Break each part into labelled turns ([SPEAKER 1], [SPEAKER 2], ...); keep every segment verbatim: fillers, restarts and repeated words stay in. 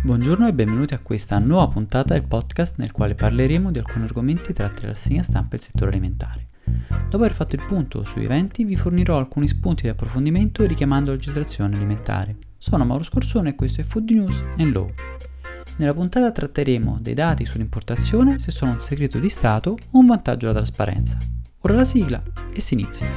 [SPEAKER 1] Buongiorno e benvenuti a questa nuova puntata del podcast nel quale parleremo di alcuni argomenti tratti dalla rassegna stampa del settore alimentare. Dopo aver fatto il punto sugli eventi vi fornirò alcuni spunti di approfondimento richiamando la legislazione alimentare. Sono Mauro Scorsone e questo è Food News and Law. Nella puntata tratteremo dei dati sull'importazione, se sono un segreto di Stato o un vantaggio alla trasparenza. Ora la sigla e si inizia.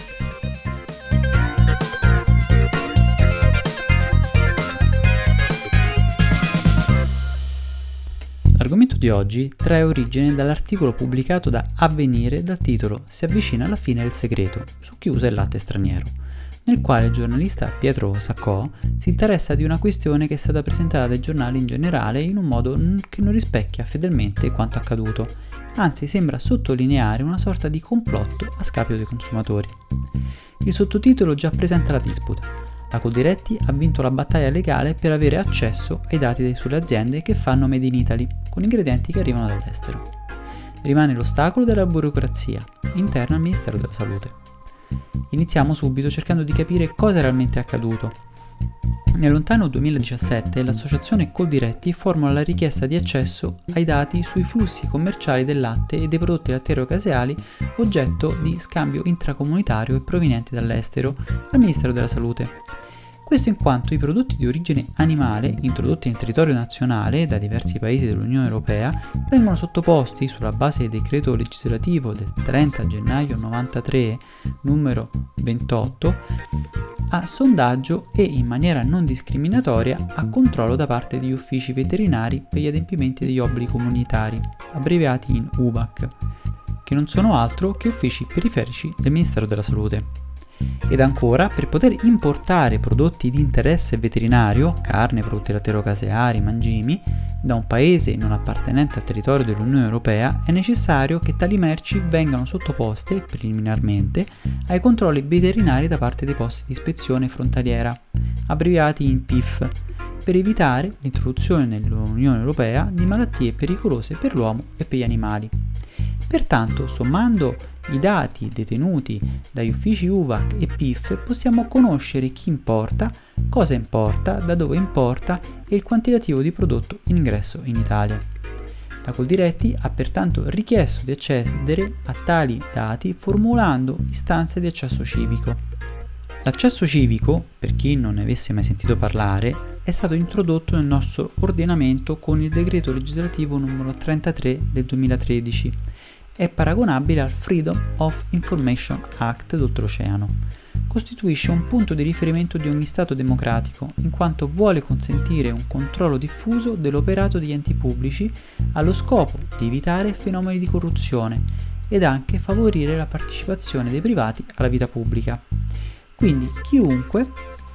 [SPEAKER 1] L'argomento di oggi trae origine dall'articolo pubblicato da Avvenire dal titolo Si avvicina alla fine del segreto su chi usa il latte straniero, nel quale il giornalista Pietro Saccò si interessa di una questione che è stata presentata dai giornali in generale in un modo che non rispecchia fedelmente quanto accaduto, anzi sembra sottolineare una sorta di complotto a scapito dei consumatori. Il sottotitolo già presenta la disputa. La Coldiretti ha vinto la battaglia legale per avere accesso ai dati sulle aziende che fanno Made in Italy, con ingredienti che arrivano dall'estero. Rimane l'ostacolo della burocrazia, interna al Ministero della Salute. Iniziamo subito cercando di capire cosa è realmente accaduto. Nel lontano duemiladiciassette l'associazione Coldiretti formula la richiesta di accesso ai dati sui flussi commerciali del latte e dei prodotti lattiero-caseali oggetto di scambio intracomunitario e provenienti dall'estero al Ministero della Salute. Questo in quanto i prodotti di origine animale introdotti nel territorio nazionale da diversi paesi dell'Unione Europea vengono sottoposti sulla base del decreto legislativo del trenta gennaio novantatré numero ventotto a sondaggio e in maniera non discriminatoria a controllo da parte degli uffici veterinari per gli adempimenti degli obblighi comunitari, abbreviati in U V A C, che non sono altro che uffici periferici del Ministero della Salute. Ed ancora, per poter importare prodotti di interesse veterinario, carne, prodotti lattiero-caseari, mangimi, da un paese non appartenente al territorio dell'Unione Europea, è necessario che tali merci vengano sottoposte, preliminarmente, ai controlli veterinari da parte dei posti di ispezione frontaliera, abbreviati in P I F, per evitare l'introduzione nell'Unione Europea di malattie pericolose per l'uomo e per gli animali. Pertanto, sommando i dati detenuti dagli uffici U V A C e P I F, possiamo conoscere chi importa, cosa importa, da dove importa e il quantitativo di prodotto in ingresso in Italia. La Coldiretti ha pertanto richiesto di accedere a tali dati formulando istanze di accesso civico. L'accesso civico, per chi non ne avesse mai sentito parlare, è stato introdotto nel nostro ordinamento con il decreto legislativo numero trentatré del duemilatredici. È paragonabile al Freedom of Information Act d'oltreoceano. Costituisce un punto di riferimento di ogni Stato democratico, in quanto vuole consentire un controllo diffuso dell'operato degli enti pubblici allo scopo di evitare fenomeni di corruzione ed anche favorire la partecipazione dei privati alla vita pubblica. Quindi chiunque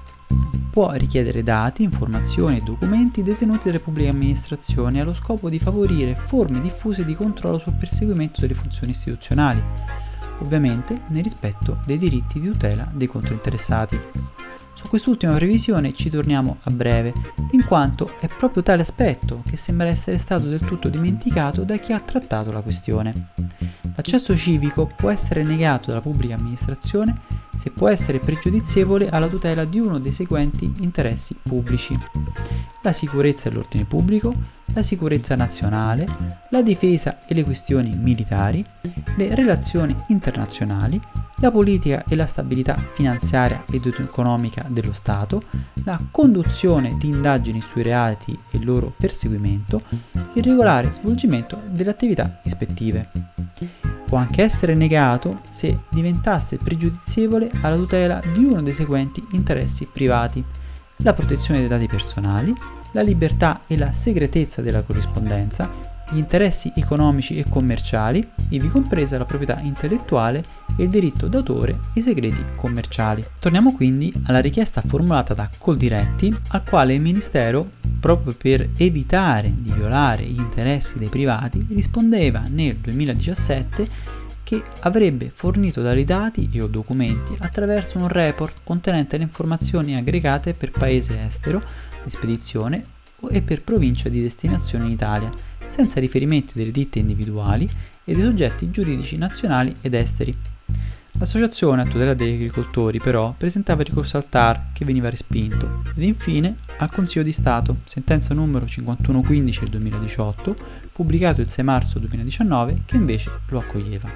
[SPEAKER 1] può richiedere dati, informazioni e documenti detenuti dalle pubbliche amministrazioni allo scopo di favorire forme diffuse di controllo sul perseguimento delle funzioni istituzionali, ovviamente nel rispetto dei diritti di tutela dei controinteressati. Su quest'ultima previsione ci torniamo a breve, in quanto è proprio tale aspetto che sembra essere stato del tutto dimenticato da chi ha trattato la questione. L'accesso civico può essere negato dalla pubblica amministrazione se può essere pregiudizievole alla tutela di uno dei seguenti interessi pubblici: la sicurezza e l'ordine pubblico, la sicurezza nazionale, la difesa e le questioni militari, le relazioni internazionali, la politica e la stabilità finanziaria ed economica dello Stato, la conduzione di indagini sui reati e il loro perseguimento, il regolare svolgimento delle attività ispettive. Può anche essere negato se diventasse pregiudizievole alla tutela di uno dei seguenti interessi privati: la protezione dei dati personali, la libertà e la segretezza della corrispondenza, gli interessi economici e commerciali, ivi compresa la proprietà intellettuale e il diritto d'autore e i segreti commerciali. Torniamo quindi alla richiesta formulata da Coldiretti, al quale il Ministero, proprio per evitare di violare gli interessi dei privati, rispondeva nel duemiladiciassette che avrebbe fornito tali dati e o documenti attraverso un report contenente le informazioni aggregate per paese estero di spedizione e per provincia di destinazione in Italia, senza riferimenti delle ditte individuali e dei soggetti giuridici nazionali ed esteri. L'associazione a tutela degli agricoltori però presentava ricorso al T A R che veniva respinto ed infine al Consiglio di Stato, sentenza numero cinquantuno quindici del duemiladiciotto, pubblicato il sei marzo duemiladiciannove, che invece lo accoglieva.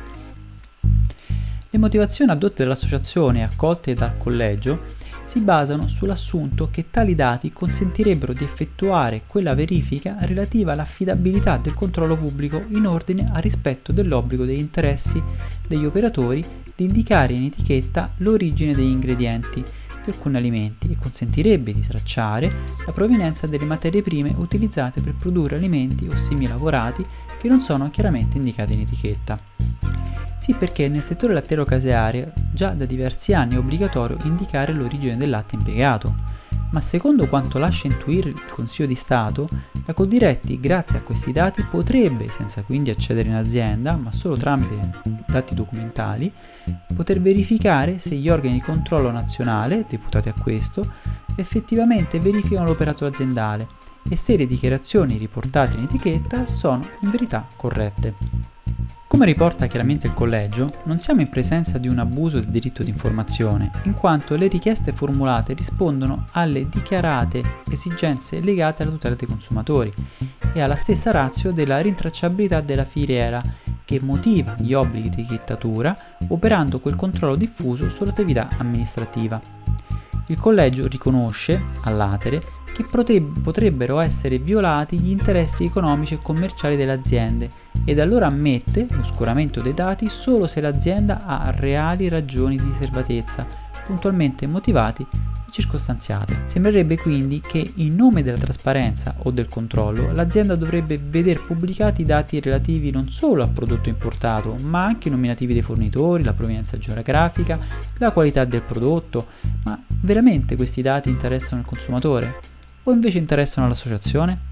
[SPEAKER 1] Le motivazioni addotte dall'associazione e accolte dal collegio si basano sull'assunto che tali dati consentirebbero di effettuare quella verifica relativa all'affidabilità del controllo pubblico in ordine al rispetto dell'obbligo degli interessi degli operatori di indicare in etichetta l'origine degli ingredienti di alcuni alimenti e consentirebbe di tracciare la provenienza delle materie prime utilizzate per produrre alimenti o semilavorati che non sono chiaramente indicati in etichetta. Sì, perché nel settore lattiero-caseario già da diversi anni è obbligatorio indicare l'origine del latte impiegato, ma secondo quanto lascia intuire il Consiglio di Stato, la Coldiretti, grazie a questi dati, potrebbe, senza quindi accedere in azienda, ma solo tramite dati documentali, poter verificare se gli organi di controllo nazionale, deputati a questo, effettivamente verificano l'operato aziendale e se le dichiarazioni riportate in etichetta sono in verità corrette. Come riporta chiaramente il collegio, non siamo in presenza di un abuso del diritto di informazione, in quanto le richieste formulate rispondono alle dichiarate esigenze legate alla tutela dei consumatori e alla stessa ratio della rintracciabilità della filiera che motiva gli obblighi di etichettatura, operando quel controllo diffuso sull'attività amministrativa. Il collegio riconosce, all'atere, che potrebbero essere violati gli interessi economici e commerciali delle aziende ed allora ammette l'oscuramento dei dati solo se l'azienda ha reali ragioni di riservatezza, puntualmente motivati e circostanziate. Sembrerebbe quindi che in nome della trasparenza o del controllo l'azienda dovrebbe veder pubblicati i dati relativi non solo al prodotto importato, ma anche i nominativi dei fornitori, la provenienza geografica, la qualità del prodotto. Ma veramente questi dati interessano il consumatore? O invece interessano l'associazione?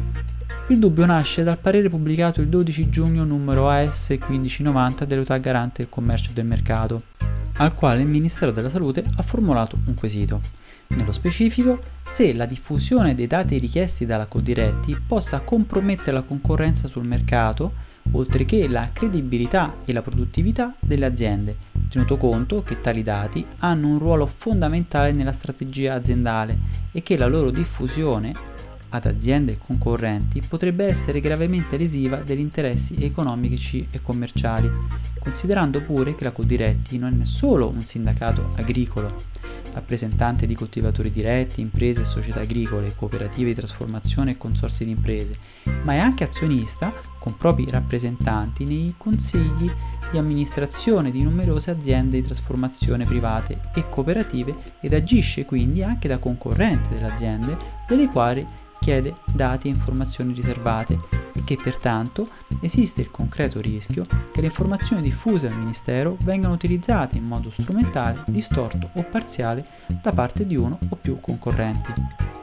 [SPEAKER 1] Il dubbio nasce dal parere pubblicato il dodici giugno numero A S quindici novanta dell'Autorità Garante del Commercio e del Mercato, al quale il Ministero della Salute ha formulato un quesito. Nello specifico, se la diffusione dei dati richiesti dalla Coldiretti possa compromettere la concorrenza sul mercato, oltre che la credibilità e la produttività delle aziende, tenuto conto che tali dati hanno un ruolo fondamentale nella strategia aziendale e che la loro diffusione ad aziende concorrenti potrebbe essere gravemente lesiva degli interessi economici e commerciali, considerando pure che la Coldiretti non è solo un sindacato agricolo, rappresentante di coltivatori diretti, imprese e società agricole, cooperative di trasformazione e consorzi di imprese, ma è anche azionista con propri rappresentanti nei consigli di amministrazione di numerose aziende di trasformazione private e cooperative ed agisce quindi anche da concorrente delle aziende delle quali chiede dati e informazioni riservate e che pertanto esiste il concreto rischio che le informazioni diffuse dal Ministero vengano utilizzate in modo strumentale, distorto o parziale da parte di uno o più concorrenti.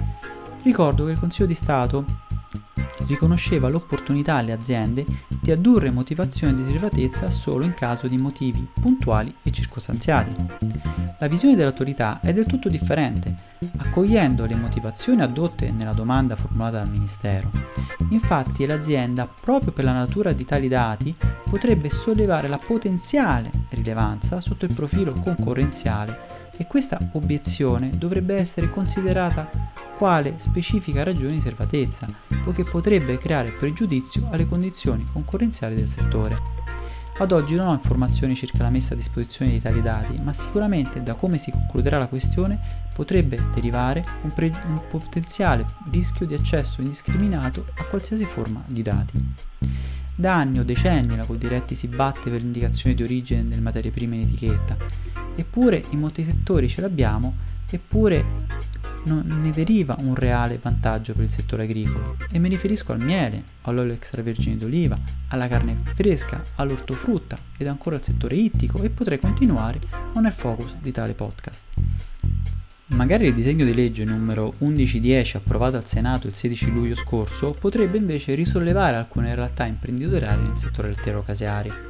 [SPEAKER 1] Ricordo che il Consiglio di Stato riconosceva l'opportunità alle aziende di addurre motivazioni di riservatezza solo in caso di motivi puntuali e circostanziati. La visione dell'autorità è del tutto differente, accogliendo le motivazioni addotte nella domanda formulata dal Ministero. Infatti l'azienda, proprio per la natura di tali dati, potrebbe sollevare la potenziale rilevanza sotto il profilo concorrenziale e questa obiezione dovrebbe essere considerata quale specifica ragione di riservatezza, poiché potrebbe creare pregiudizio alle condizioni concorrenziali del settore. Ad oggi non ho informazioni circa la messa a disposizione di tali dati, ma sicuramente da come si concluderà la questione potrebbe derivare un, pre- un potenziale rischio di accesso indiscriminato a qualsiasi forma di dati. Da anni o decenni la Coldiretti si batte per l'indicazione di origine delle materie prime in etichetta, eppure in molti settori ce l'abbiamo, eppure non ne deriva un reale vantaggio per il settore agricolo e mi riferisco al miele, all'olio extravergine d'oliva, alla carne fresca, all'ortofrutta ed ancora al settore ittico e potrei continuare, ma non è il focus di tale podcast. Magari il disegno di legge numero undici dieci approvato al Senato il sedici luglio scorso potrebbe invece risollevare alcune realtà imprenditoriali nel settore lattiero-caseario.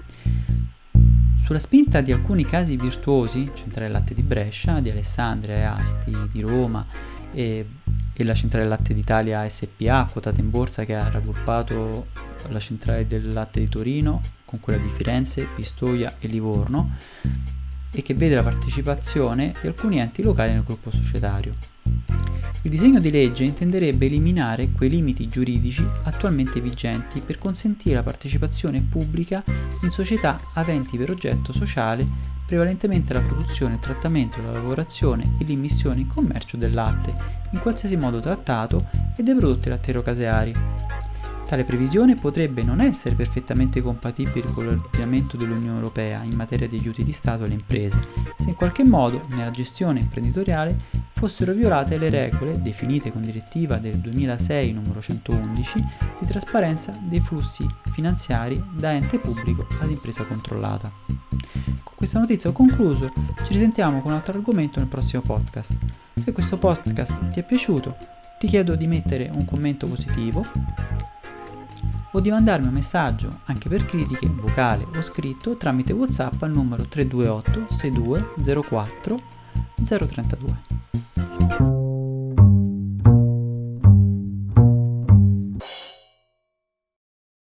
[SPEAKER 1] Sulla spinta di alcuni casi virtuosi, Centrale Latte di Brescia, di Alessandria e Asti di Roma e, e la Centrale Latte d'Italia S P A, quotata in borsa, che ha raggruppato la Centrale del Latte di Torino con quella di Firenze, Pistoia e Livorno, e che vede la partecipazione di alcuni enti locali nel gruppo societario. Il disegno di legge intenderebbe eliminare quei limiti giuridici attualmente vigenti per consentire la partecipazione pubblica in società aventi per oggetto sociale prevalentemente la produzione, il trattamento, la lavorazione e l'immissione in commercio del latte, in qualsiasi modo trattato, e dei prodotti lattiero-caseari. Tale previsione potrebbe non essere perfettamente compatibile con l'ordinamento dell'Unione Europea in materia di aiuti di Stato alle imprese, se in qualche modo, nella gestione imprenditoriale, fossero violate le regole definite con direttiva del duemilasei numero centoundici di trasparenza dei flussi finanziari da ente pubblico ad impresa controllata. Con questa notizia ho concluso, ci risentiamo con un altro argomento nel prossimo podcast. Se questo podcast ti è piaciuto, ti chiedo di mettere un commento positivo o di mandarmi un messaggio anche per critiche, vocale o scritto, tramite WhatsApp al numero tre due otto sei due zero quattro zero tre due.